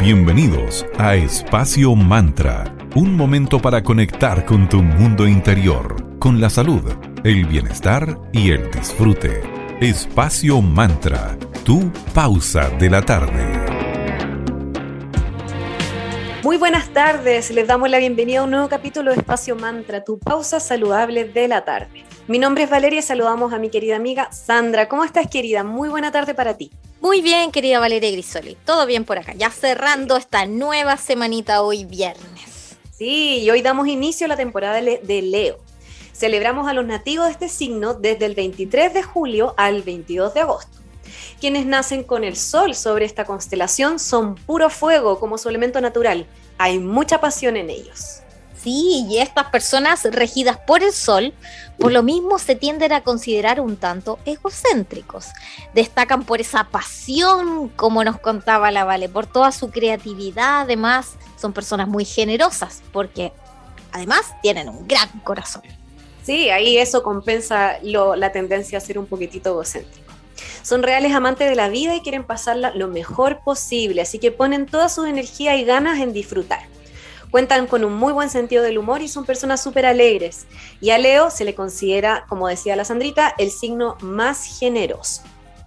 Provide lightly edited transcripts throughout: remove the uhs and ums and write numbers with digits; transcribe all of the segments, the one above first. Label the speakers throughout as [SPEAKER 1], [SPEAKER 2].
[SPEAKER 1] Bienvenidos a Espacio Mantra, un momento para conectar con tu mundo interior, con la salud, el bienestar y el disfrute. Espacio Mantra, tu pausa de la tarde.
[SPEAKER 2] Muy buenas tardes, les damos la bienvenida a un nuevo capítulo de Espacio Mantra, tu pausa saludable de la tarde. Mi nombre es Valeria y saludamos a mi querida amiga Sandra. ¿Cómo estás, querida? Muy buena tarde para ti.
[SPEAKER 3] Muy bien, querida Valeria Grisoli, todo bien por acá, ya cerrando esta nueva semanita hoy viernes.
[SPEAKER 2] Sí, y hoy damos inicio a la temporada de Leo. Celebramos a los nativos de este signo desde el 23 de julio al 22 de agosto. Quienes nacen con el sol sobre esta constelación son puro fuego como su elemento natural. Hay mucha pasión en ellos.
[SPEAKER 3] Sí, y estas personas regidas por el sol, por lo mismo se tienden a considerar un tanto egocéntricos. Destacan por esa pasión, como nos contaba la Vale, por toda su creatividad. Además, son personas muy generosas, porque además tienen un gran corazón.
[SPEAKER 2] Sí, ahí eso compensa la tendencia a ser un poquitito egocéntrico. Son reales amantes de la vida y quieren pasarla lo mejor posible, así que ponen toda su energía y ganas en disfrutar. Cuentan con un muy buen sentido del humor y son personas súper alegres. Y a Leo se le considera, como decía la Sandrita, el signo más generoso.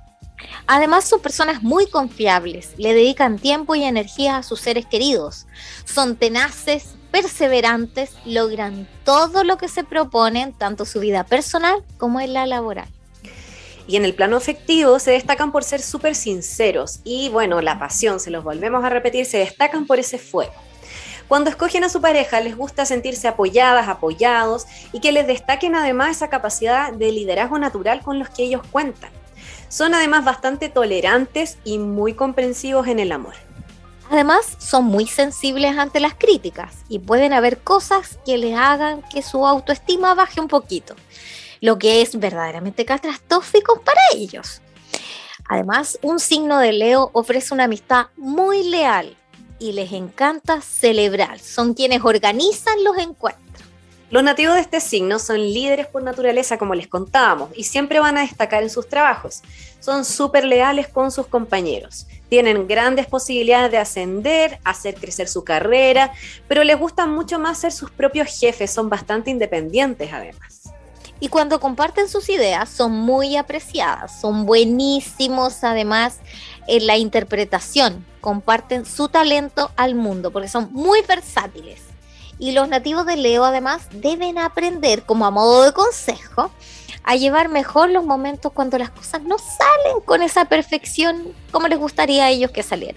[SPEAKER 3] Además son personas muy confiables, le dedican tiempo y energía a sus seres queridos. Son tenaces, perseverantes, logran todo lo que se proponen, tanto su vida personal como en la laboral.
[SPEAKER 2] Y en el plano afectivo se destacan por ser súper sinceros y bueno, la pasión, se los volvemos a repetir, se destacan por ese fuego. Cuando escogen a su pareja les gusta sentirse apoyadas, apoyados y que les destaquen además esa capacidad de liderazgo natural con los que ellos cuentan. Son además bastante tolerantes y muy comprensivos en el amor.
[SPEAKER 3] Además son muy sensibles ante las críticas y pueden haber cosas que les hagan que su autoestima baje un poquito, lo que es verdaderamente catastrófico para ellos. Además, un signo de Leo ofrece una amistad muy leal y les encanta celebrar. Son quienes organizan los encuentros.
[SPEAKER 2] Los nativos de este signo son líderes por naturaleza, como les contábamos, y siempre van a destacar en sus trabajos. Son súper leales con sus compañeros. Tienen grandes posibilidades de ascender, hacer crecer su carrera, pero les gusta mucho más ser sus propios jefes. Son bastante independientes además.
[SPEAKER 3] Y cuando comparten sus ideas son muy apreciadas, son buenísimos además en la interpretación, comparten su talento al mundo porque son muy versátiles. Y los nativos de Leo además deben aprender, como a modo de consejo, a llevar mejor los momentos cuando las cosas no salen con esa perfección como les gustaría a ellos que salieran.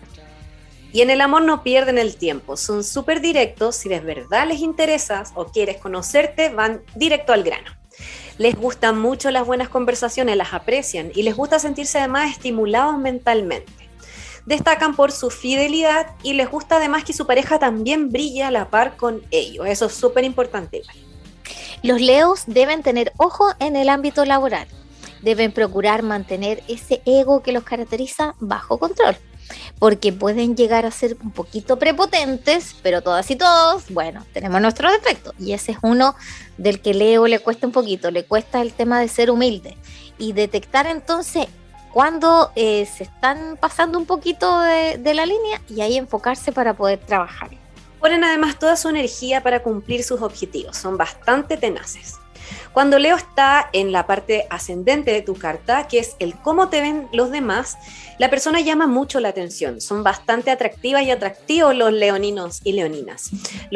[SPEAKER 2] Y en el amor no pierden el tiempo, son súper directos, si de verdad les interesas o quieres conocerte, van directo al grano. Les gustan mucho las buenas conversaciones, las aprecian y les gusta sentirse además estimulados mentalmente. Destacan por su fidelidad y les gusta además que su pareja también brille a la par con ellos. Eso es súper importante igual.
[SPEAKER 3] Los Leos deben tener ojo en el ámbito laboral. Deben procurar mantener ese ego que los caracteriza bajo control, porque pueden llegar a ser un poquito prepotentes, pero todas y todos, bueno, tenemos nuestros defectos, y ese es uno del que Leo le cuesta un poquito, le cuesta el tema de ser humilde, y detectar entonces cuando se están pasando un poquito de la línea, y ahí enfocarse para poder trabajar.
[SPEAKER 2] Ponen además toda su energía para cumplir sus objetivos, son bastante tenaces. Cuando Leo está en la parte ascendente de tu carta, que es el cómo te ven los demás, la persona llama mucho la atención. Son bastante atractivas y atractivos los leoninos y leoninas.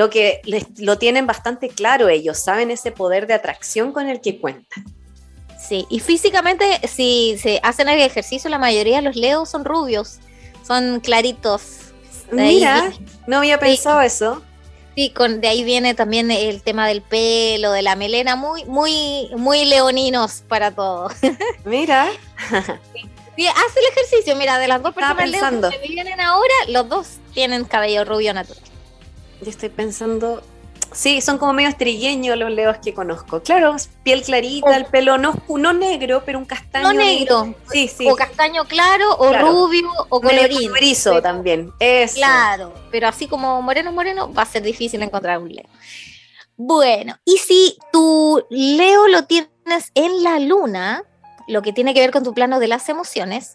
[SPEAKER 2] Lo tienen bastante claro ellos, saben ese poder de atracción con el que cuentan.
[SPEAKER 3] Sí, y físicamente, si se hacen el ejercicio, la mayoría de los Leos son rubios, son claritos.
[SPEAKER 2] Mira, no había pensado eso.
[SPEAKER 3] Sí, de ahí viene también el tema del pelo, de la melena, muy, muy, muy leoninos para todo.
[SPEAKER 2] Mira.
[SPEAKER 3] Sí, hace el ejercicio, mira, de las dos personas leones que vienen ahora, los dos tienen cabello rubio natural.
[SPEAKER 2] Yo estoy pensando, sí, son como medio trigueños los leos que conozco. Claro, piel clarita, el pelo no negro, pero un castaño.
[SPEAKER 3] No negro,
[SPEAKER 2] sí.
[SPEAKER 3] O castaño claro, o rubio, o colorido.
[SPEAKER 2] Griso también, eso.
[SPEAKER 3] Claro, pero así como moreno, va a ser difícil encontrar un Leo. Bueno, y si tu Leo lo tienes en la luna, lo que tiene que ver con tu plano de las emociones,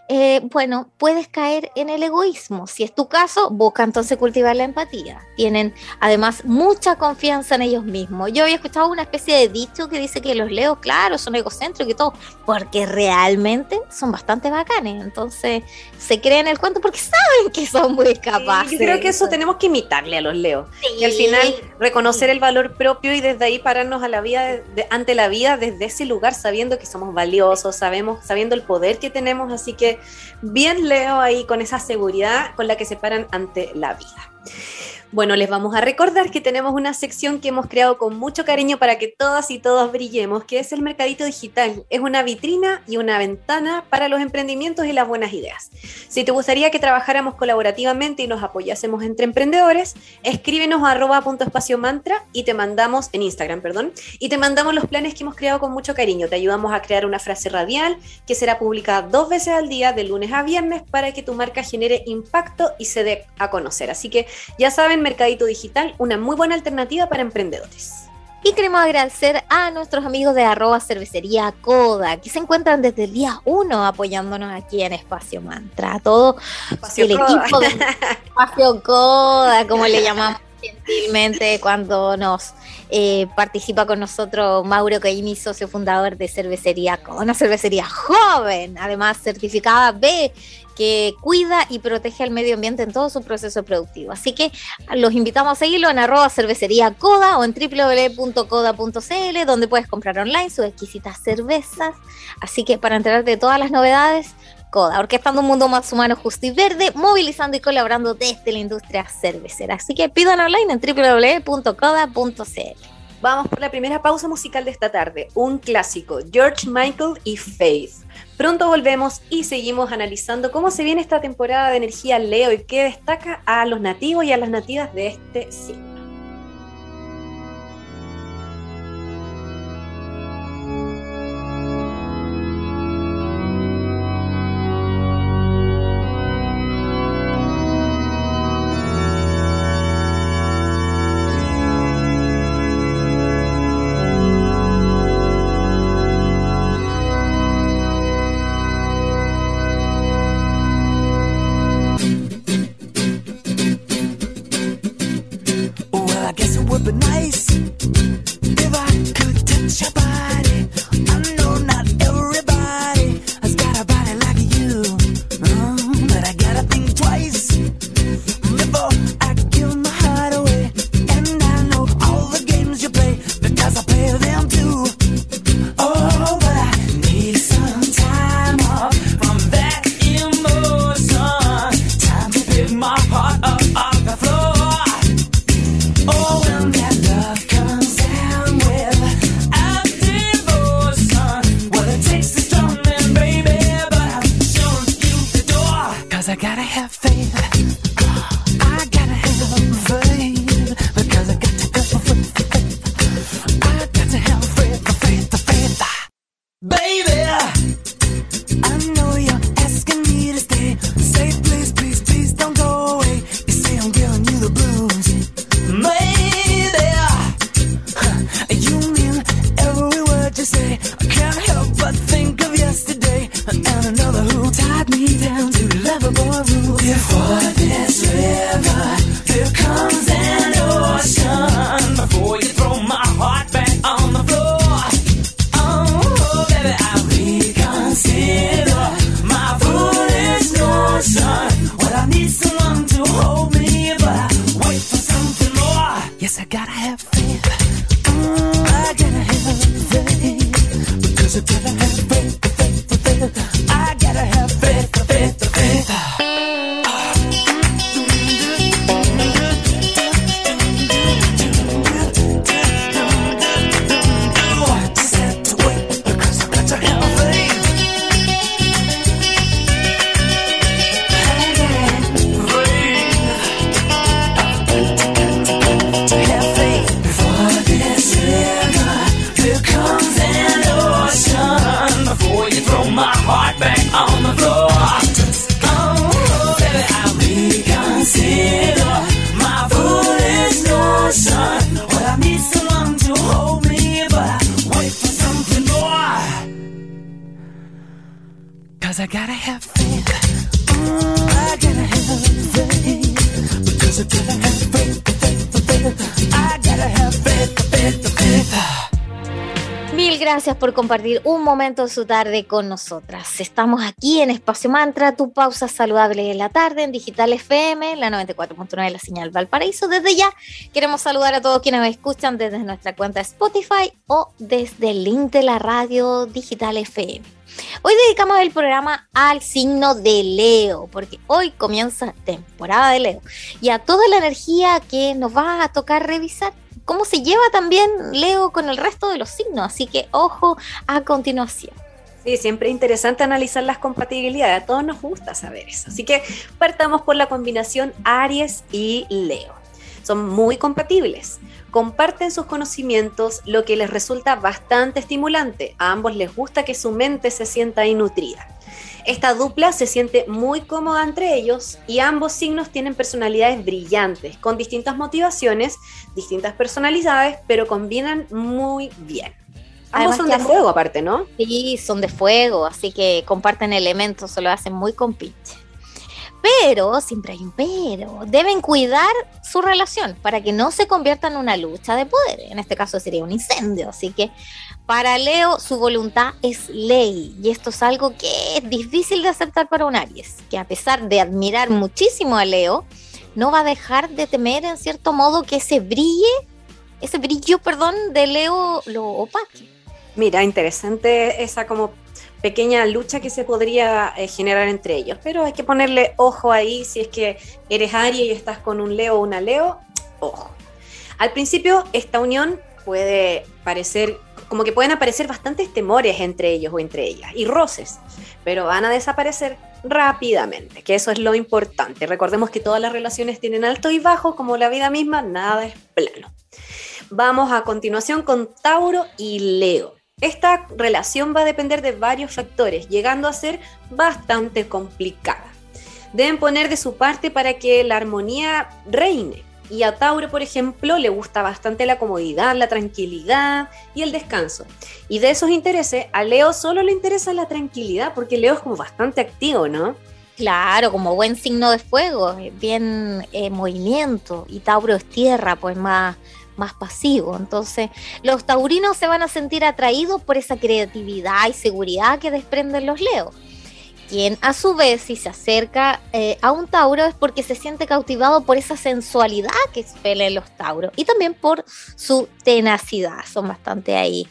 [SPEAKER 3] bueno, puedes caer en el egoísmo. Si es tu caso, busca entonces cultivar la empatía. Tienen además mucha confianza en ellos mismos. Yo había escuchado una especie de dicho que dice que los Leos, claro, son egocéntricos y todo, porque realmente son bastante bacanes. Entonces se creen el cuento porque saben que son muy capaces.
[SPEAKER 2] Sí, yo creo que eso tenemos que imitarle a los Leos. Sí. Y al final reconocer el valor propio y desde ahí pararnos a la vida ante la vida desde ese lugar, sabiendo que somos valiosos, sabiendo el poder que tenemos. Así que bien Leo ahí con esa seguridad con la que se paran ante la vida. Bueno, les vamos a recordar que tenemos una sección que hemos creado con mucho cariño para que todas y todos brillemos, que es el Mercadito Digital. Es una vitrina y una ventana para los emprendimientos y las buenas ideas. Si te gustaría que trabajáramos colaborativamente y nos apoyásemos entre emprendedores, escríbenos a @.espaciomantra y te mandamos, en Instagram, y te mandamos los planes que hemos creado con mucho cariño. Te ayudamos a crear una frase radial que será publicada 2 veces al día, de lunes a viernes, para que tu marca genere impacto y se dé a conocer. Así que ya saben, Mercadito Digital, una muy buena alternativa para emprendedores.
[SPEAKER 3] Y queremos agradecer a nuestros amigos de @cervecería Coda, que se encuentran desde el día 1 apoyándonos aquí en Espacio Mantra. Todo el equipo de Espacio Coda, como le llamamos gentilmente cuando nos participa con nosotros Mauro Caimi, socio fundador de Cervecería Coda, una cervecería joven, además certificada B, que cuida y protege al medio ambiente en todo su proceso productivo. Así que los invitamos a seguirlo en @cervecería Coda o en www.coda.cl, donde puedes comprar online sus exquisitas cervezas. Así que para enterarte de todas las novedades, Coda, orquestando un mundo más humano, justo y verde, movilizando y colaborando desde la industria cervecera. Así que pidan online en www.coda.cl.
[SPEAKER 2] Vamos por la primera pausa musical de esta tarde, un clásico, George Michael y Faith. Pronto volvemos y seguimos analizando cómo se viene esta temporada de energía Leo y qué destaca a los nativos y a las nativas de este signo.
[SPEAKER 4] I gotta have faith.
[SPEAKER 3] Gracias por compartir un momento de su tarde con nosotras. Estamos aquí en Espacio Mantra, tu pausa saludable de la tarde en Digital FM, la 94.9 de la señal Valparaíso. Desde ya queremos saludar a todos quienes nos escuchan desde nuestra cuenta de Spotify o desde el link de la radio Digital FM. Hoy dedicamos el programa al signo de Leo, porque hoy comienza temporada de Leo y a toda la energía que nos va a tocar revisar. Cómo se lleva también Leo con el resto de los signos, así que ojo a continuación.
[SPEAKER 2] Sí, siempre es interesante analizar las compatibilidades, a todos nos gusta saber eso, así que partamos por la combinación Aries y Leo. Son muy compatibles, comparten sus conocimientos, lo que les resulta bastante estimulante, a ambos les gusta que su mente se sienta ahí nutrida. Esta dupla se siente muy cómoda entre ellos y ambos signos tienen personalidades brillantes, con distintas motivaciones, distintas personalidades, pero combinan muy bien. Ambos son de fuego aparte, ¿no?
[SPEAKER 3] Sí, son de fuego, así que comparten elementos, se lo hacen muy compinche. Pero, siempre hay un pero, deben cuidar su relación para que no se convierta en una lucha de poder. En este caso sería un incendio, así que para Leo su voluntad es ley y esto es algo que es difícil de aceptar para un Aries, que a pesar de admirar muchísimo a Leo, no va a dejar de temer en cierto modo que ese brillo, de Leo lo opaque.
[SPEAKER 2] Mira, interesante esa como pequeña lucha que se podría generar entre ellos, pero hay que ponerle ojo ahí si es que eres Aries y estás con un Leo o una Leo, ojo. Al principio esta unión puede parecer, como que pueden aparecer bastantes temores entre ellos o entre ellas y roces, pero van a desaparecer rápidamente, que eso es lo importante. Recordemos que todas las relaciones tienen alto y bajo, como la vida misma, nada es plano. Vamos a continuación con Tauro y Leo. Esta relación va a depender de varios factores, llegando a ser bastante complicada. Deben poner de su parte para que la armonía reine. Y a Tauro, por ejemplo, le gusta bastante la comodidad, la tranquilidad y el descanso. Y de esos intereses, a Leo solo le interesa la tranquilidad, porque Leo es como bastante activo, ¿no?
[SPEAKER 3] Claro, como buen signo de fuego, bien movimiento, y Tauro es tierra, pues más pasivo. Entonces los taurinos se van a sentir atraídos por esa creatividad y seguridad que desprenden los Leos, quien a su vez si se acerca a un Tauro es porque se siente cautivado por esa sensualidad que expelan los Tauros y también por su tenacidad, son bastante ahí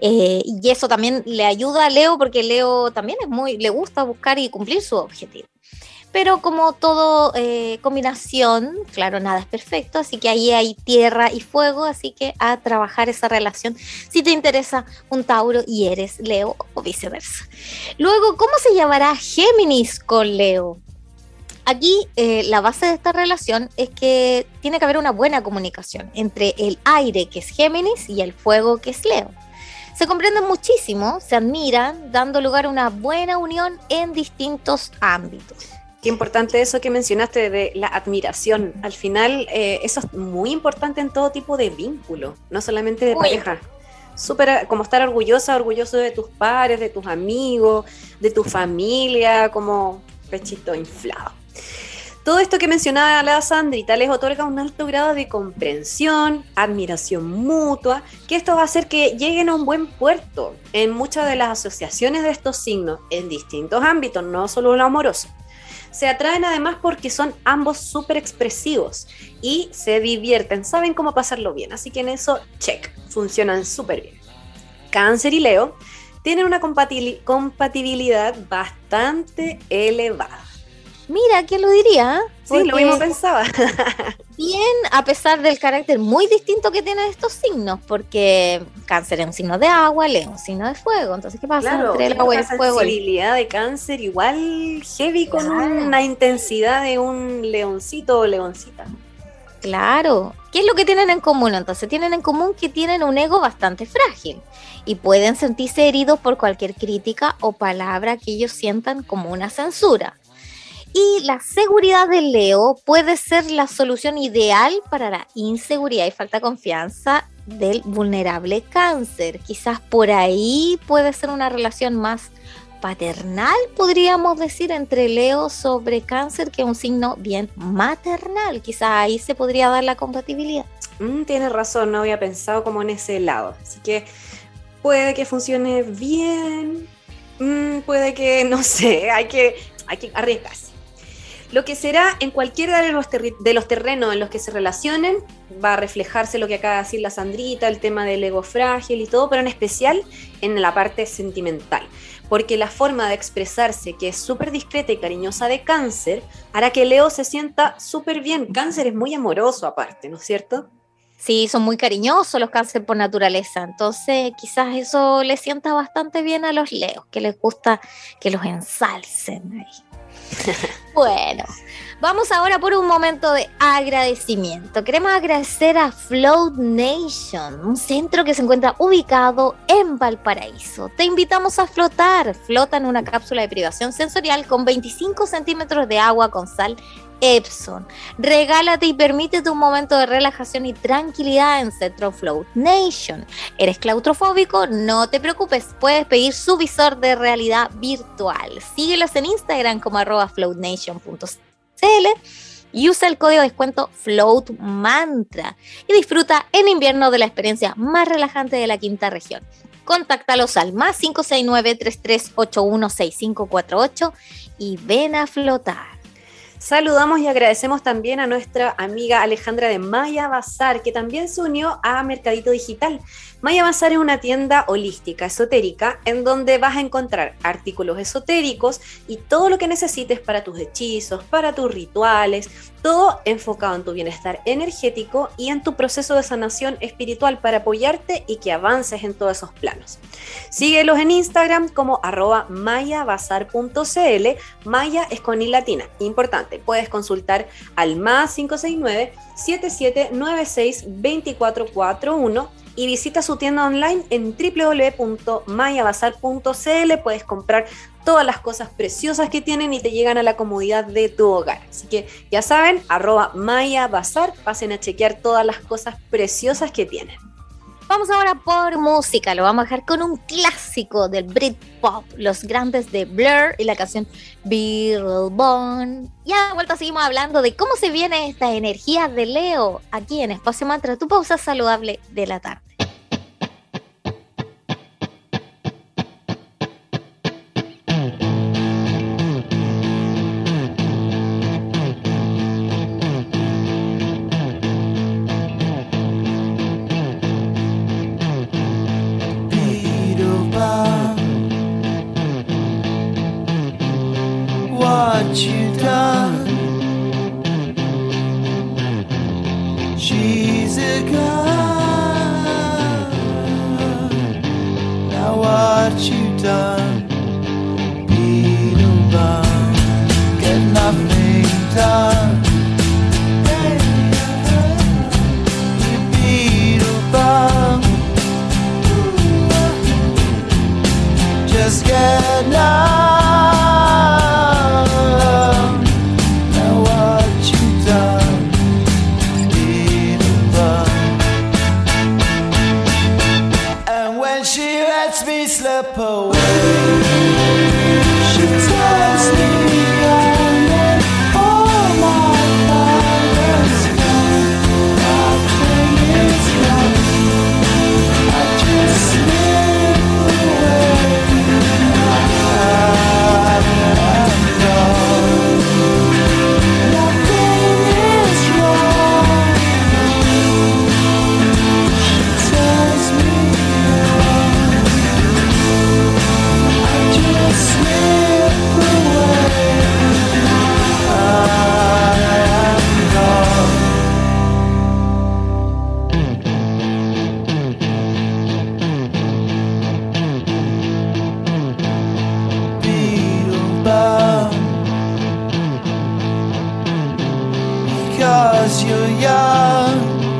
[SPEAKER 3] y eso también le ayuda a Leo porque Leo también le gusta buscar y cumplir su objetivo. Pero como todo combinación, claro, nada es perfecto, así que ahí hay tierra y fuego, así que a trabajar esa relación si te interesa un Tauro y eres Leo o viceversa. Luego, ¿cómo se llevará Géminis con Leo? Aquí la base de esta relación es que tiene que haber una buena comunicación entre el aire, que es Géminis, y el fuego, que es Leo. Se comprenden muchísimo, se admiran, dando lugar a una buena unión en distintos ámbitos.
[SPEAKER 2] Qué importante eso que mencionaste de la admiración. Al final, eso es muy importante en todo tipo de vínculo, no solamente de pareja. Súper, como estar orgulloso de tus pares, de tus amigos, de tu familia, como pechito inflado. Todo esto que mencionaba la Sandrita les otorga un alto grado de comprensión, admiración mutua, que esto va a hacer que lleguen a un buen puerto en muchas de las asociaciones de estos signos, en distintos ámbitos, no solo lo amoroso. Se atraen además porque son ambos súper expresivos y se divierten, saben cómo pasarlo bien, así que en eso, check, funcionan súper bien. Cáncer y Leo tienen una compatibilidad bastante elevada.
[SPEAKER 3] Mira, ¿quién lo diría?
[SPEAKER 2] Sí, lo mismo pensaba.
[SPEAKER 3] Bien, a pesar del carácter muy distinto que tienen estos signos, porque Cáncer es un signo de agua, Leo es un signo de fuego. Entonces, ¿qué pasa entre el agua y el fuego? La
[SPEAKER 2] sensibilidad de Cáncer igual heavy con una intensidad de un leoncito o leoncita.
[SPEAKER 3] Claro. ¿Qué es lo que tienen en común? Entonces, tienen en común que tienen un ego bastante frágil y pueden sentirse heridos por cualquier crítica o palabra que ellos sientan como una censura. Y la seguridad de Leo puede ser la solución ideal para la inseguridad y falta de confianza del vulnerable Cáncer. Quizás por ahí puede ser una relación más paternal, podríamos decir, entre Leo sobre Cáncer, que es un signo bien maternal. Quizás ahí se podría dar la compatibilidad.
[SPEAKER 2] Tienes razón, no había pensado como en ese lado. Así que puede que funcione bien, puede que, no sé, hay que arriesgarse. Lo que será en cualquiera de los terrenos en los que se relacionen, va a reflejarse lo que acaba de decir la Sandrita, el tema del ego frágil y todo, pero en especial en la parte sentimental. Porque la forma de expresarse, que es súper discreta y cariñosa de Cáncer, hará que Leo se sienta súper bien. Cáncer es muy amoroso aparte, ¿no es cierto?
[SPEAKER 3] Sí, son muy cariñosos los Cáncer por naturaleza, entonces quizás eso les sienta bastante bien a los Leos, que les gusta que los ensalcen ahí. Bueno, vamos ahora por un momento de agradecimiento. Queremos agradecer a Float Nation, un centro que se encuentra ubicado en Valparaíso. Te invitamos a flotar. Flota en una cápsula de privación sensorial con 25 centímetros de agua con sal Epson. Regálate y permítete un momento de relajación y tranquilidad en Centro Float Nation. ¿Eres claustrofóbico? No te preocupes, puedes pedir su visor de realidad virtual. Síguelos en Instagram como @floatnation.cl y usa el código de descuento FLOATMANTRA y disfruta en invierno de la experiencia más relajante de la quinta región. Contáctalos al más 569-3381-6548 y ven a flotar.
[SPEAKER 2] Saludamos y agradecemos también a nuestra amiga Alejandra de Maya Bazar, que también se unió a Mercadito Digital. Maya Bazar es una tienda holística, esotérica, en donde vas a encontrar artículos esotéricos y todo lo que necesites para tus hechizos, para tus rituales, todo enfocado en tu bienestar energético y en tu proceso de sanación espiritual para apoyarte y que avances en todos esos planos. Síguelos en Instagram como @mayabazar.cl. Maya es con I latina, importante. Puedes consultar al más 569-7796-2441 y visita su tienda online en www.mayabazar.cl. Puedes comprar todas las cosas preciosas que tienen y te llegan a la comodidad de tu hogar. Así que ya saben, @mayabazar, pasen a chequear todas las cosas preciosas que tienen.
[SPEAKER 3] Vamos ahora por música, lo vamos a dejar con un clásico del Britpop, los grandes de Blur y la canción Beetlebone. Y a la vuelta seguimos hablando de cómo se viene esta energía de Leo aquí en Espacio Mantra, tu pausa saludable de la tarde.
[SPEAKER 4] What you done? She's a gun. Now what you done? Beetlebum, get nothing done. You Beetlebum, just get numb. Slip away. She tells me I'm in all my violence. Nothing is right. I just slip away. I'm gone. Nothing is wrong. She tells me slip away. I am gone. Beetlebum, because you're young.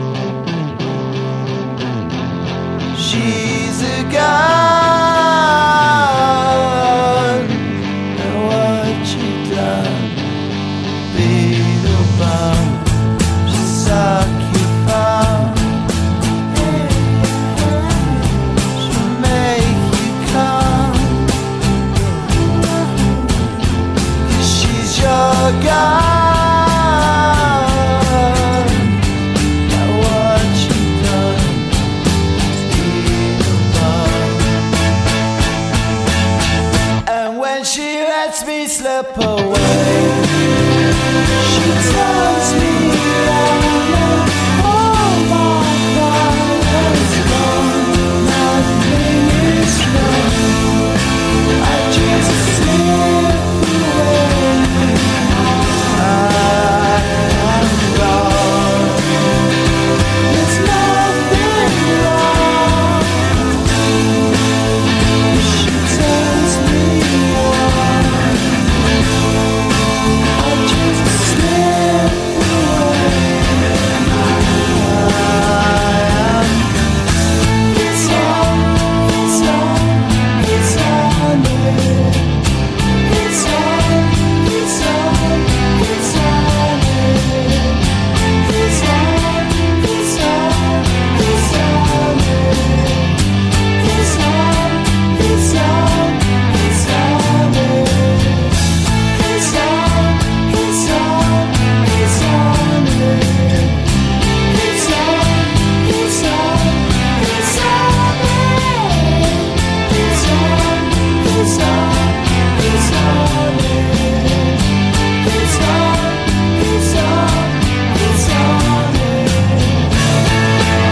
[SPEAKER 4] She's a guy. Now what you done, Beetlebum. She tells me that all my problems gone, nothing is wrong. I just slip away. I am gone. There's nothing wrong. She tells me why. I just slip away. It's on, it's on, it's on it. It's on, it's on, it's on it. It's on, it's on, it's on it. It's on, it's on, it's on it. It's on, it's on, it's on it. It's on, it's on, it's on it. It's on, it's on, it's on it. It's on, it's on, it's on it.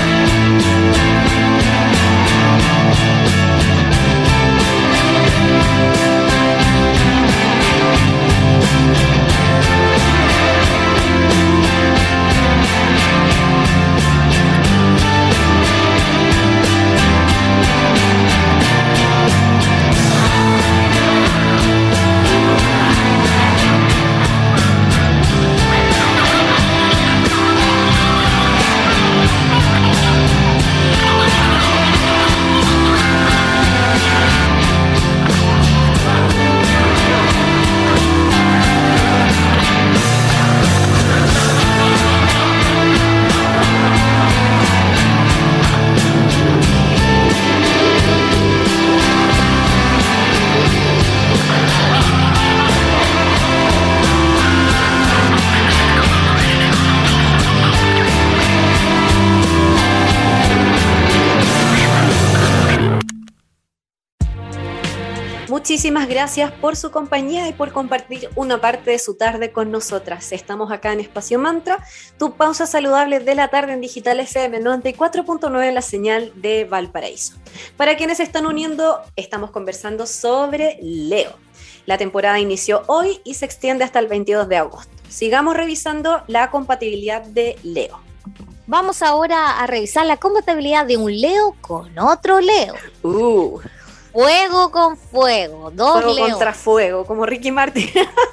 [SPEAKER 2] Muchísimas gracias por su compañía y por compartir una parte de su tarde con nosotras. Estamos acá en Espacio Mantra, tu pausa saludable de la tarde en Digital FM 94.9 en la señal de Valparaíso. Para quienes se están uniendo, estamos conversando sobre Leo. La temporada inició hoy y se extiende hasta el 22 de agosto. Sigamos revisando la compatibilidad de Leo.
[SPEAKER 3] Vamos ahora a revisar la compatibilidad de un Leo con otro Leo. Fuego con fuego, dos
[SPEAKER 2] Fuego
[SPEAKER 3] leones.
[SPEAKER 2] contra fuego, como Ricky Martin.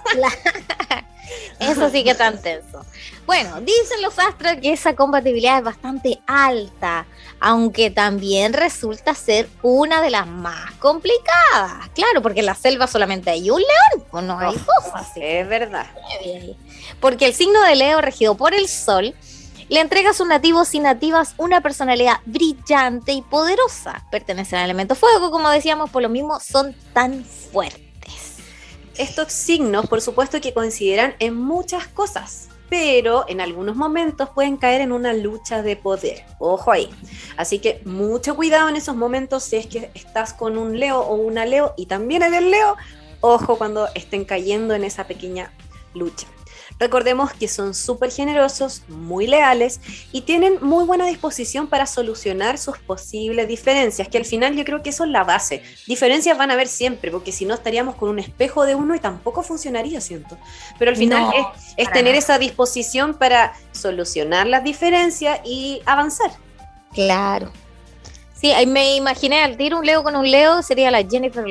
[SPEAKER 3] Eso sí que tan tenso. Bueno, dicen los astros que esa compatibilidad es bastante alta, aunque también resulta ser una de las más complicadas. Claro, porque en la selva solamente hay un león, pues no hay dos así.
[SPEAKER 2] Es verdad.
[SPEAKER 3] Porque el signo de Leo, regido por el Sol, le entrega a sus nativos y nativas una personalidad brillante y poderosa. Pertenecen al elemento fuego, como decíamos, por lo mismo son tan fuertes.
[SPEAKER 2] Estos signos, por supuesto, que coincidirán en muchas cosas, pero en algunos momentos pueden caer en una lucha de poder. Ojo ahí. Así que mucho cuidado en esos momentos si es que estás con un Leo o una Leo y también eres Leo. Ojo cuando estén cayendo en esa pequeña lucha. Recordemos que son súper generosos, muy leales y tienen muy buena disposición para solucionar sus posibles diferencias, que al final yo creo que eso es la base. Diferencias van a haber siempre, porque si no estaríamos con un espejo de uno y tampoco funcionaría, siento. Pero al final
[SPEAKER 3] No,
[SPEAKER 2] es tener esa disposición para solucionar las diferencias y avanzar.
[SPEAKER 3] Claro. Sí, ahí me imaginé al tiro un Leo con un Leo, sería la Jennifer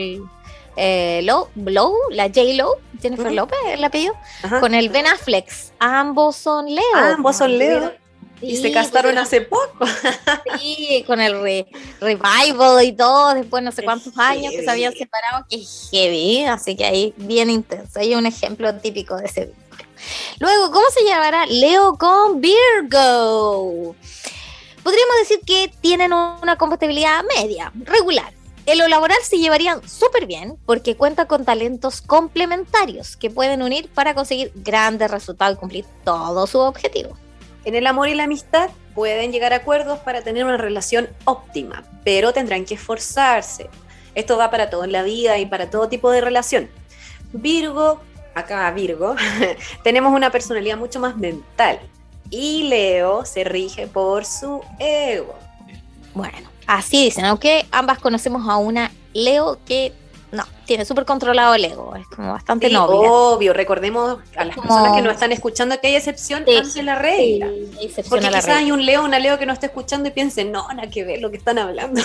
[SPEAKER 3] Blow, la J-Lo, Jennifer López, el apellido,
[SPEAKER 2] Ajá.
[SPEAKER 3] con el Ben Affleck. Ambos son Leo.
[SPEAKER 2] Ambos son Leo. Y se casaron hace poco.
[SPEAKER 3] Sí, con el revival y todo, después no sé cuántos años que se habían separado, que heavy, así que ahí bien intenso. Ahí un ejemplo típico de ese vínculo. Luego, ¿cómo se llamará Leo con Virgo? Podríamos decir que tienen una compatibilidad media, regular. En lo laboral se llevarían súper bien porque cuenta con talentos complementarios que pueden unir para conseguir grandes resultados y cumplir todos sus objetivos.
[SPEAKER 2] En el amor y la amistad pueden llegar a acuerdos para tener una relación óptima, pero tendrán que esforzarse. Esto va para todo en la vida y para todo tipo de relación. Virgo, acá Virgo, tenemos una personalidad mucho más mental. Y Leo se rige por su ego.
[SPEAKER 3] Bueno, así dicen, aunque ambas conocemos a una Leo que no, tiene súper controlado el ego, es como bastante
[SPEAKER 2] Sí,
[SPEAKER 3] noble.
[SPEAKER 2] obvio, recordemos a las
[SPEAKER 3] Como-
[SPEAKER 2] personas que nos están escuchando que hay excepción
[SPEAKER 3] Sí,
[SPEAKER 2] ante la regla.
[SPEAKER 3] Sí, excepción
[SPEAKER 2] Porque
[SPEAKER 3] a la
[SPEAKER 2] quizás hay
[SPEAKER 3] regla.
[SPEAKER 2] un Leo, una Leo que no está escuchando y piense, no, nada que ver lo que están hablando.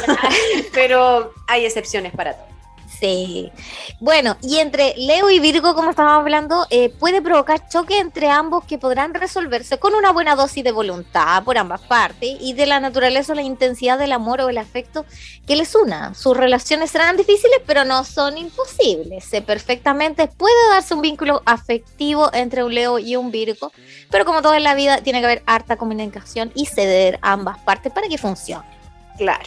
[SPEAKER 2] Pero hay excepciones para todo.
[SPEAKER 3] Sí. Bueno, y entre Leo y Virgo, como estábamos hablando, puede provocar choque entre ambos que podrán resolverse con una buena dosis de voluntad por ambas partes y de la naturaleza o la intensidad del amor o el afecto que les una. Sus relaciones serán difíciles, pero no son imposibles. Perfectamente puede darse un vínculo afectivo entre un Leo y un Virgo, pero como todo en la vida, tiene que haber harta comunicación y ceder a ambas partes para que funcione.
[SPEAKER 2] Claro.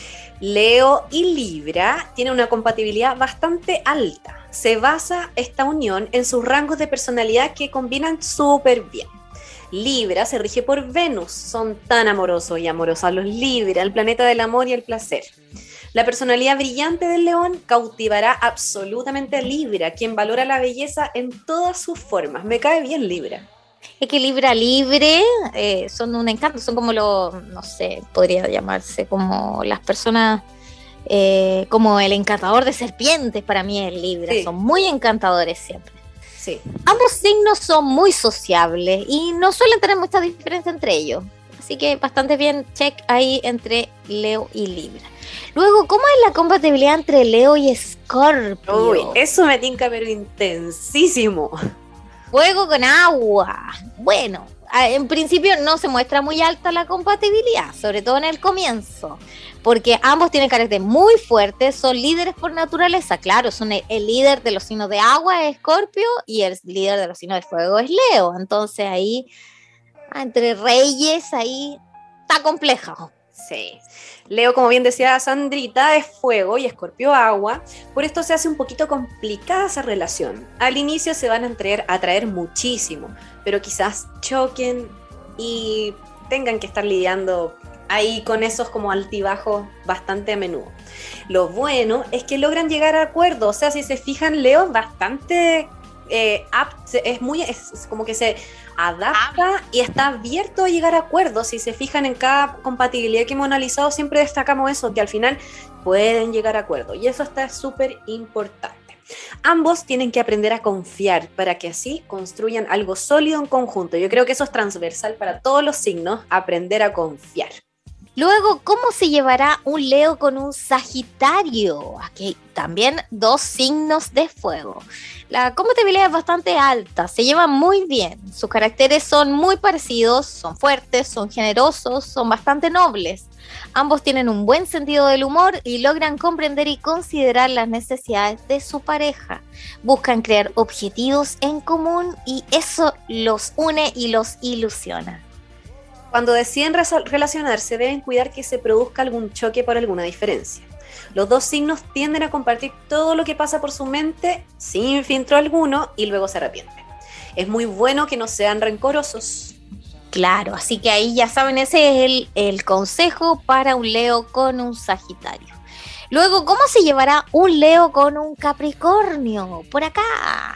[SPEAKER 2] Leo y Libra tienen una compatibilidad bastante alta. Se basa esta unión en sus rangos de personalidad que combinan súper bien. Libra se rige por Venus, son tan amorosos y amorosas los Libra, el planeta del amor y el placer. La personalidad brillante del león cautivará absolutamente a Libra, quien valora la belleza en todas sus formas. Me cae bien Libra.
[SPEAKER 3] Es que Libra libre son un encanto, son como los, no sé, podría llamarse como las personas, como el encantador de serpientes para mí es Libra,
[SPEAKER 2] Sí.
[SPEAKER 3] son muy encantadores siempre.
[SPEAKER 2] Sí.
[SPEAKER 3] Ambos signos son muy sociables y no suelen tener mucha diferencia entre ellos, así que bastante bien, check ahí entre Leo y Libra. Luego, ¿cómo es la compatibilidad entre Leo y Escorpio?
[SPEAKER 2] Uy, eso me tinca pero intensísimo.
[SPEAKER 3] Fuego con agua. Bueno, en principio no se muestra muy alta la compatibilidad, sobre todo en el comienzo, porque ambos tienen carácter muy fuerte, son líderes por naturaleza, claro, son el líder de los signos de agua es Escorpio y el líder de los signos de fuego es Leo, entonces ahí, entre reyes, ahí está complejo.
[SPEAKER 2] Sí. Leo, como bien decía Sandrita, es fuego y Escorpio agua. Por esto se hace un poquito complicada esa relación. Al inicio se van a atraer muchísimo, pero quizás choquen y tengan que estar lidiando ahí con esos como altibajos bastante a menudo. Lo bueno es que logran llegar a acuerdos. O sea, si se fijan, Leo es bastante es como que se adapta y está abierto a llegar a acuerdos. Si se fijan en cada compatibilidad que hemos analizado, siempre destacamos eso, que al final pueden llegar a acuerdos, y eso está súper importante. Ambos tienen que aprender a confiar para que así construyan algo sólido en conjunto. Yo creo que eso es transversal para todos los signos, aprender a confiar.
[SPEAKER 3] Luego, ¿cómo se llevará un Leo con un Sagitario? Aquí también dos signos de fuego. La compatibilidad es bastante alta, se llevan muy bien. Sus caracteres son muy parecidos, son fuertes, son generosos, son bastante nobles. Ambos tienen un buen sentido del humor y logran comprender y considerar las necesidades de su pareja. Buscan crear objetivos en común y eso los une y los ilusiona.
[SPEAKER 2] Cuando deciden relacionarse, deben cuidar que se produzca algún choque por alguna diferencia. Los dos signos tienden a compartir todo lo que pasa por su mente sin filtro alguno y luego se arrepienten. Es muy bueno que no sean rencorosos.
[SPEAKER 3] Claro, así que ahí ya saben, ese es el consejo para un Leo con un Sagitario. Luego, ¿cómo se llevará un Leo con un Capricornio? Por acá.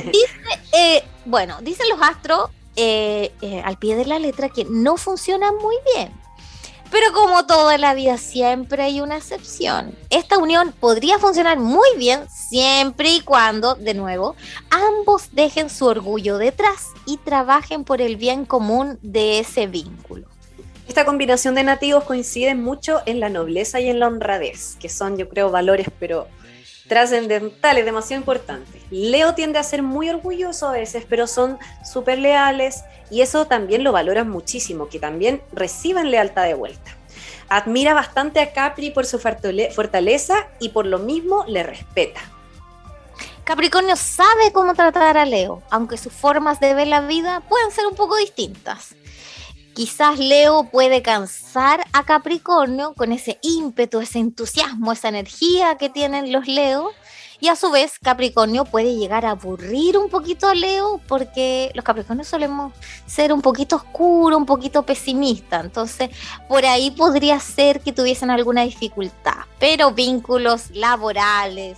[SPEAKER 3] Dicen los astros al pie de la letra que no funcionan muy bien. Pero como toda la vida siempre hay una excepción. Esta unión podría funcionar muy bien siempre y cuando, de nuevo, ambos dejen su orgullo detrás y trabajen por el bien común de ese vínculo.
[SPEAKER 2] Esta combinación de nativos coincide mucho en la nobleza y en la honradez, que son, yo creo, valores, pero trascendentales, demasiado importantes. Leo tiende a ser muy orgulloso a veces, pero son súper leales y eso también lo valoran muchísimo, que también reciben lealtad de vuelta. Admira bastante a Capri por su fortaleza y por lo mismo le respeta.
[SPEAKER 3] Capricornio sabe cómo tratar a Leo, aunque sus formas de ver la vida pueden ser un poco distintas. Quizás Leo puede cansar a Capricornio con ese ímpetu, ese entusiasmo, esa energía que tienen los Leo. Y a su vez Capricornio puede llegar a aburrir un poquito a Leo porque los Capricornios solemos ser un poquito oscuros, un poquito pesimistas. Entonces por ahí podría ser que tuviesen alguna dificultad. Pero vínculos laborales,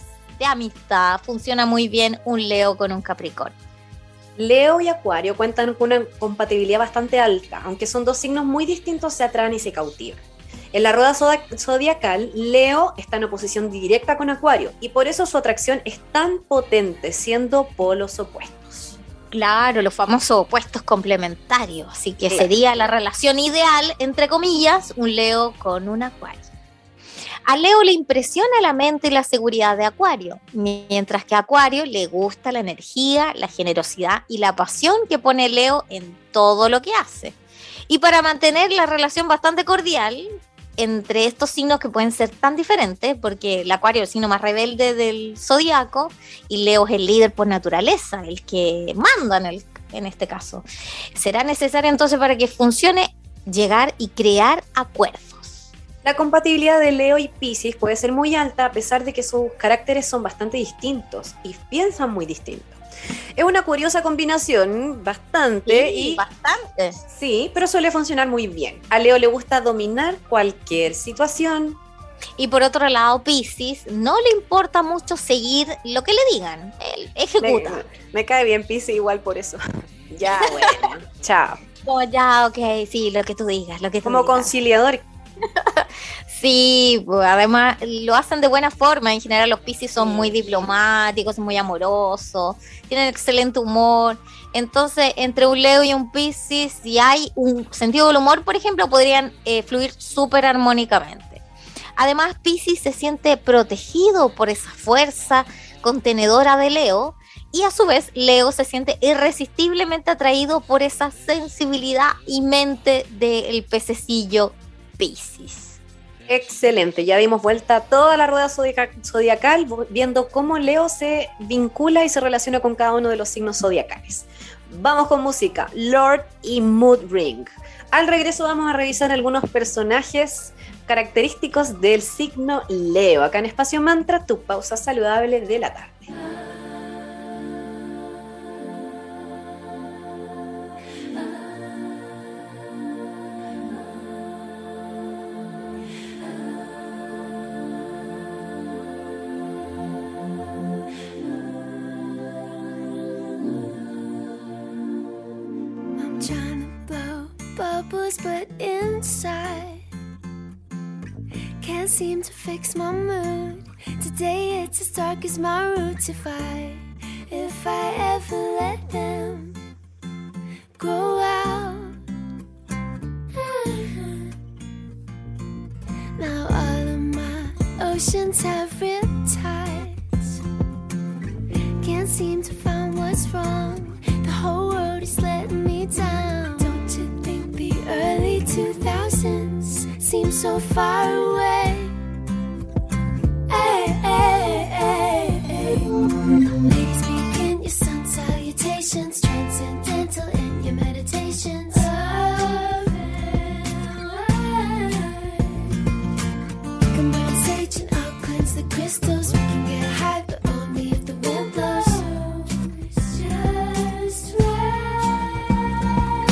[SPEAKER 3] de amistad, funciona muy bien un Leo con un Capricornio.
[SPEAKER 2] Leo y Acuario cuentan con una compatibilidad bastante alta, aunque son dos signos muy distintos, se atraen y se cautivan. En la rueda zodiacal, Leo está en oposición directa con Acuario y por eso su atracción es tan potente, siendo polos opuestos.
[SPEAKER 3] Claro, los famosos opuestos complementarios, así que
[SPEAKER 2] Claro.
[SPEAKER 3] sería la relación ideal, entre comillas, un Leo con un Acuario. A Leo le impresiona la mente y la seguridad de Acuario, mientras que a Acuario le gusta la energía, la generosidad y la pasión que pone Leo en todo lo que hace. Y para mantener la relación bastante cordial entre estos signos que pueden ser tan diferentes, porque el Acuario es el signo más rebelde del zodiaco y Leo es el líder por naturaleza, el que manda en este caso, será necesario entonces, para que funcione, llegar y crear acuerdos.
[SPEAKER 2] La compatibilidad de Leo y Piscis puede ser muy alta a pesar de que sus caracteres son bastante distintos y piensan muy distinto. Es una curiosa combinación, bastante,
[SPEAKER 3] Sí, bastante.
[SPEAKER 2] sí, pero suele funcionar muy bien. A Leo le gusta dominar cualquier situación.
[SPEAKER 3] Y por otro lado, Piscis no le importa mucho seguir lo que le digan, él ejecuta.
[SPEAKER 2] Me cae bien Piscis igual por eso. Ya, bueno, chao.
[SPEAKER 3] Como ya, ok, sí, lo que tú digas, lo que tú
[SPEAKER 2] Como
[SPEAKER 3] digas.
[SPEAKER 2] conciliador.
[SPEAKER 3] Sí, pues, además lo hacen de buena forma. En general los Piscis son muy diplomáticos, muy amorosos, tienen excelente humor. Entonces, entre un Leo y un Piscis, si hay un sentido del humor, por ejemplo, podrían fluir súper armónicamente. Además, Piscis se siente protegido por esa fuerza contenedora de Leo, y a su vez Leo se siente irresistiblemente atraído por esa sensibilidad y mente del pececillo Piscis.
[SPEAKER 2] Excelente, ya dimos vuelta a toda la rueda zodiacal, viendo cómo Leo se vincula y se relaciona con cada uno de los signos zodiacales. Vamos con música, Lord y Mood Ring. Al regreso vamos a revisar algunos personajes característicos del signo Leo, acá en Espacio Mantra, tu pausa saludable de la tarde.
[SPEAKER 4] I'm trying to blow bubbles, but inside can't seem to fix my mood. Today it's as dark as my roots. If I ever let them grow out. Now all of my oceans have riptides. Can't seem to find what's wrong. The whole world is letting me down. Don't you think the early 2000s seem so far away? Hey, hey, hey, hey. Ladies, begin your sun salutations, transcendental in your meditations. We can burn sage and I'll cleanse the crystals. We can get high, but only if the wind blows. It's just right.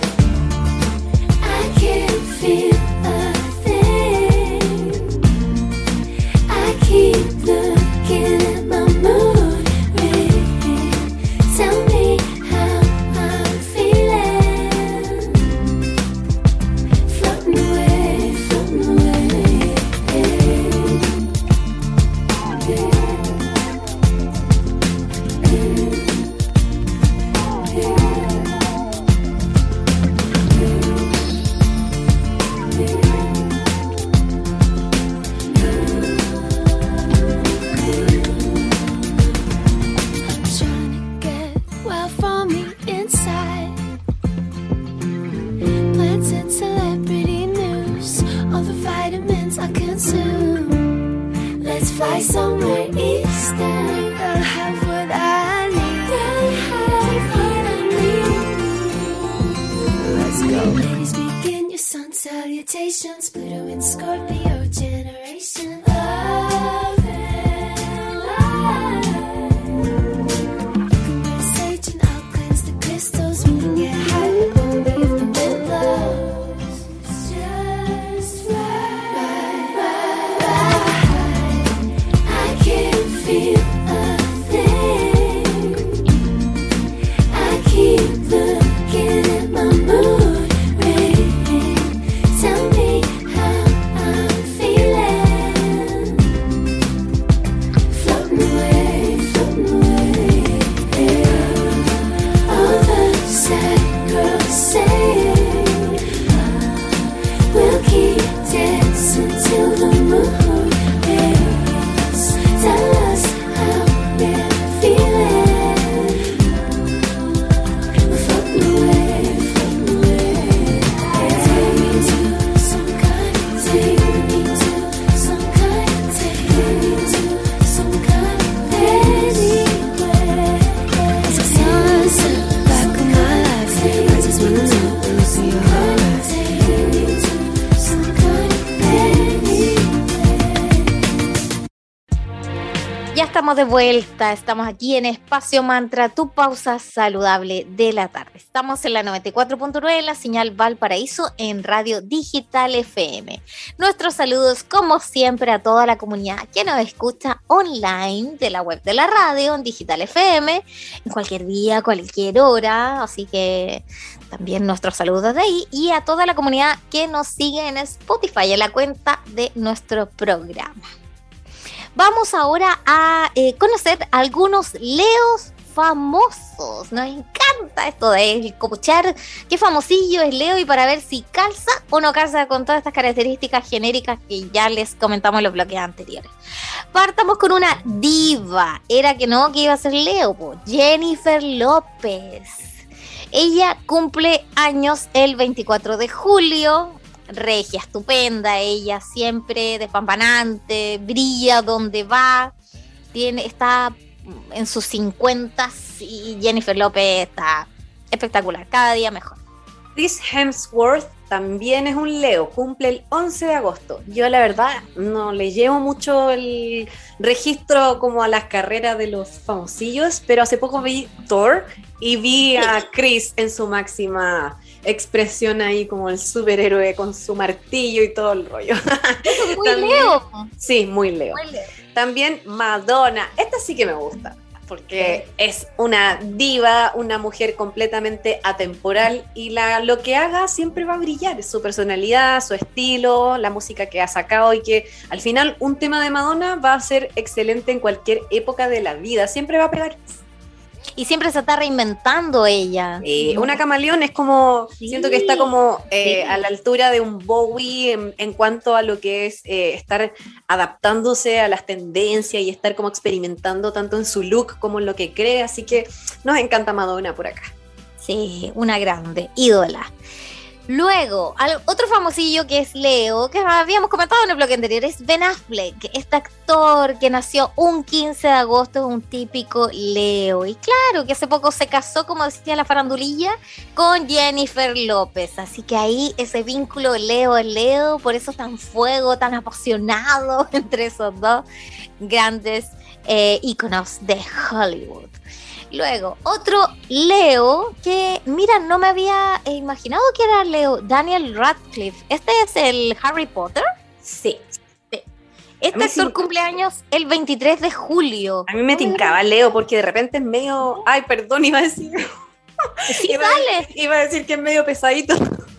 [SPEAKER 4] I can't feel a thing. I keep looking at my mood ring. Tell me how I'm feeling. Floating away, floating away. I'm trying to get well from the inside. Plants and celebrity news, all the vitamins I consume. Let's fly somewhere eastern. I'll have what I need. I'll have what I need. Let's go. Ladies, begin your sun salutations. Pluto in Scorpio generation. Love and light. We can burn sage and I'll cleanse the crystals. We can get high, but only if the wind blows. It's just right. I can't feel sad girls saying, we'll keep dancing till the moon rays. Tell us how we're feeling. We're floating away, floating away. Take me to some kind of, take me to some kind, take me to some kind of anywhere. It's a sunset back of my life. I just wanna know, wanna see your heart. Take me to some kind of anywhere.
[SPEAKER 3] Ya estamos de vuelta, estamos aquí en Espacio Mantra, tu pausa saludable de la tarde. Estamos en la 94.9 en la señal Valparaíso en Radio Digital FM. Nuestros saludos, como siempre, a toda la comunidad que nos escucha online de la web de la radio en Digital FM, en cualquier día, cualquier hora, así que también nuestros saludos de ahí, y a toda la comunidad que nos sigue en Spotify, en la cuenta de nuestro programa. Vamos ahora a conocer algunos Leos famosos. Nos encanta esto de escuchar qué famosillo es Leo y para ver si calza o no calza con todas estas características genéricas que ya les comentamos en los bloques anteriores. Partamos con una diva. Era que no, que iba a ser Leo, Jennifer López. Ella cumple años el 24 de julio. Regia, estupenda, ella siempre despampanante, brilla donde va, está en sus 50 y Jennifer López está espectacular, cada día mejor.
[SPEAKER 2] Chris Hemsworth también es un Leo, cumple el 11 de agosto. Yo la verdad no le llevo mucho el registro como a las carreras de los famosillos, pero hace poco vi Thor y vi a Chris en su máxima expresión ahí como el superhéroe con su martillo y todo el rollo.
[SPEAKER 3] Muy
[SPEAKER 2] También,
[SPEAKER 3] Leo.
[SPEAKER 2] Sí, muy Leo.
[SPEAKER 3] Muy Leo.
[SPEAKER 2] También Madonna, esta sí que me gusta, porque es una diva, una mujer completamente atemporal y lo que haga siempre va a brillar, es su personalidad, su estilo, la música que ha sacado y que al final un tema de Madonna va a ser excelente en cualquier época de la vida, siempre va a pegar.
[SPEAKER 3] Y siempre se está reinventando ella.
[SPEAKER 2] Una camaleón es como,
[SPEAKER 3] Sí.
[SPEAKER 2] siento que está como
[SPEAKER 3] Sí.
[SPEAKER 2] a la altura de un Bowie en cuanto a lo que es estar adaptándose a las tendencias y estar como experimentando tanto en su look como en lo que cree, así que nos encanta Madonna por acá.
[SPEAKER 3] Sí, una grande ídola. Luego, otro famosillo que es Leo, que habíamos comentado en el bloque anterior, es Ben Affleck, este actor que nació un 15 de agosto, es un típico Leo. Y claro, que hace poco se casó, como decía la farandulilla, con Jennifer López. Así que ahí ese vínculo Leo es Leo, por eso es tan fuego, tan apasionado entre esos dos grandes íconos de Hollywood. Luego, otro Leo que, mira, no me había imaginado que era Leo, Daniel Radcliffe. Este es el Harry Potter.
[SPEAKER 2] Sí.
[SPEAKER 3] Este
[SPEAKER 2] mí
[SPEAKER 3] actor
[SPEAKER 2] sí.
[SPEAKER 3] cumpleaños el 23 de julio.
[SPEAKER 2] A mí me tincaba Leo porque de repente es medio... Ay, perdón, iba a decir...
[SPEAKER 3] Sí, dale.
[SPEAKER 2] Iba a decir que es medio pesadito.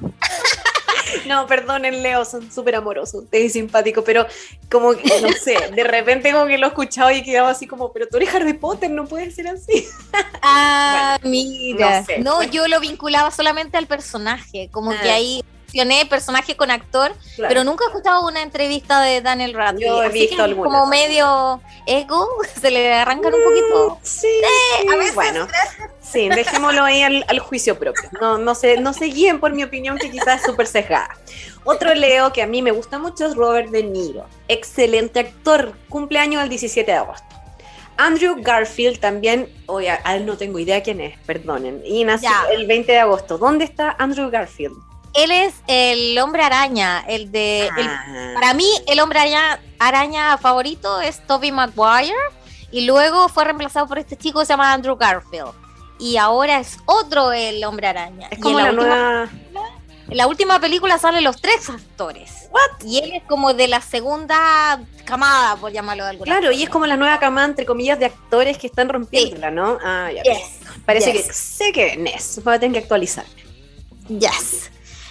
[SPEAKER 2] No, perdonen, Leo, son súper amorosos, ustedes simpáticos, pero como que, no sé, de repente como que lo he escuchado y quedaba así como, pero tú eres Harry Potter, no puede ser así.
[SPEAKER 3] Ah, mira.
[SPEAKER 2] no sé.
[SPEAKER 3] No, yo lo vinculaba solamente al personaje, como que ahí fusioné personaje con actor,
[SPEAKER 2] Claro.
[SPEAKER 3] pero nunca he escuchado una entrevista de Daniel Radcliffe.
[SPEAKER 2] Yo he
[SPEAKER 3] así
[SPEAKER 2] visto
[SPEAKER 3] que
[SPEAKER 2] algunas.
[SPEAKER 3] Como medio ego, se le arrancan un poquito.
[SPEAKER 2] Sí,
[SPEAKER 3] a veces.
[SPEAKER 2] bueno, sí, dejémoslo ahí al juicio propio. No se guíen por mi opinión, que quizás es súper sesgada. Otro Leo que a mí me gusta mucho es Robert De Niro. Excelente actor, cumpleaños el 17 de agosto. Andrew Garfield también, oye, a él no tengo idea quién es, perdonen. Y nació
[SPEAKER 3] Ya.
[SPEAKER 2] el 20 de agosto. ¿Dónde está Andrew Garfield?
[SPEAKER 3] Él es el hombre araña, para mí el hombre araña favorito es Tobey Maguire y luego fue reemplazado por este chico que se llama Andrew Garfield y ahora es otro el hombre araña.
[SPEAKER 2] Es
[SPEAKER 3] Y
[SPEAKER 2] como
[SPEAKER 3] en
[SPEAKER 2] la
[SPEAKER 3] en la última película salen los tres actores.
[SPEAKER 2] ¿What?
[SPEAKER 3] Y él es como de la segunda camada, por llamarlo de alguna
[SPEAKER 2] Claro,
[SPEAKER 3] forma.
[SPEAKER 2] y es como la nueva cama, entre comillas, de actores que están rompiéndola, ¿no? Ah, ya.
[SPEAKER 3] Yes,
[SPEAKER 2] Parece
[SPEAKER 3] yes.
[SPEAKER 2] que sé que es, voy a tener que actualizar.
[SPEAKER 3] Yes.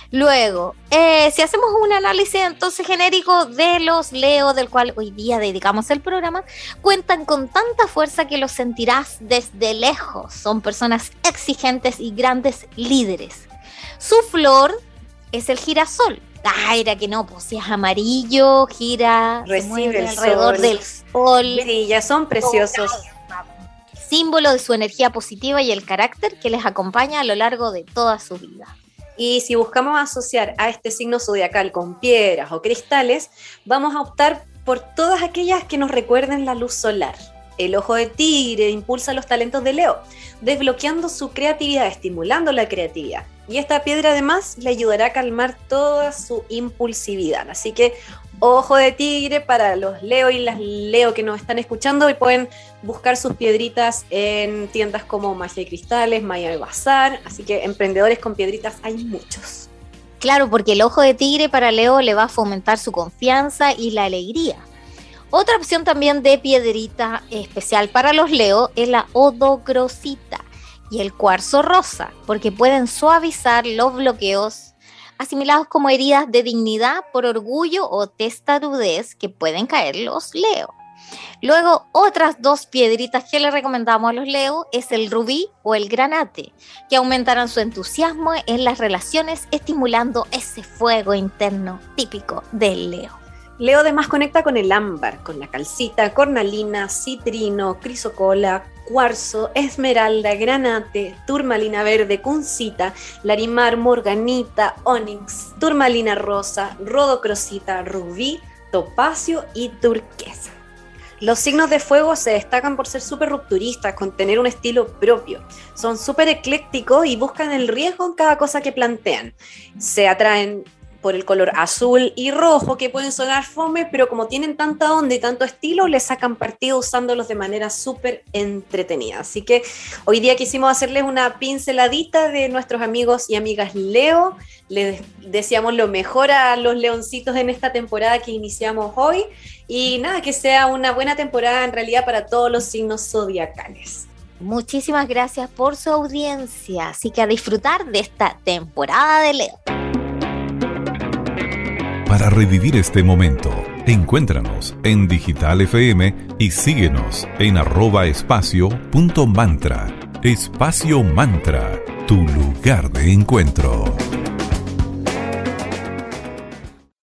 [SPEAKER 3] Luego, si hacemos un análisis entonces genérico de los Leo, del cual hoy día dedicamos el programa, cuentan con tanta fuerza que los sentirás desde lejos. Son personas exigentes y grandes líderes. Su flor es el girasol. Era que no, pues si es amarillo, gira, se
[SPEAKER 2] Recibe
[SPEAKER 3] mueve
[SPEAKER 2] el
[SPEAKER 3] alrededor
[SPEAKER 2] sol,
[SPEAKER 3] del sol.
[SPEAKER 2] brilla, son preciosos.
[SPEAKER 3] Símbolo de su energía positiva y el carácter que les acompaña a lo largo de toda su vida.
[SPEAKER 2] Y si buscamos asociar a este signo zodiacal con piedras o cristales, vamos a optar por todas aquellas que nos recuerden la luz solar. El ojo de tigre impulsa los talentos de Leo, desbloqueando su creatividad, estimulando la creatividad. Y esta piedra además le ayudará a calmar toda su impulsividad. Así que ojo de tigre para los Leo y las Leo que nos están escuchando, y pueden buscar sus piedritas en tiendas como Magia de Cristales, Maya de Bazar. Así que emprendedores con piedritas hay muchos.
[SPEAKER 3] Claro, porque el ojo de tigre para Leo le va a fomentar su confianza y la alegría. Otra opción también de piedrita especial para los Leo es la odocrosita y el cuarzo rosa, porque pueden suavizar los bloqueos asimilados como heridas de dignidad por orgullo o testarudez que pueden caer los Leo. Luego, otras dos piedritas que le recomendamos a los Leo es el rubí o el granate, que aumentarán su entusiasmo en las relaciones, estimulando ese fuego interno típico del Leo.
[SPEAKER 2] Leo además conecta con el ámbar, con la calcita, cornalina, citrino, crisocola, cuarzo, esmeralda, granate, turmalina verde, cuncita, larimar, morganita, onix, turmalina rosa, rodocrosita, rubí, topacio y turquesa. Los signos de fuego se destacan por ser súper rupturistas, con tener un estilo propio. Son súper eclécticos y buscan el riesgo en cada cosa que plantean. Se atraen por el color azul y rojo, que pueden sonar fome, pero como tienen tanta onda y tanto estilo, les sacan partido usándolos de manera súper entretenida. Así que hoy día quisimos hacerles una pinceladita de nuestros amigos y amigas Leo. Les deseamos lo mejor a los leoncitos en esta temporada que iniciamos hoy, y nada, que sea una buena temporada en realidad para todos los signos zodiacales.
[SPEAKER 3] Muchísimas gracias por su audiencia, así que a disfrutar de esta temporada de Leo.
[SPEAKER 1] Para revivir este momento, encuéntranos en Digital FM y síguenos en @espacio.mantra. Espacio Mantra, tu lugar de encuentro.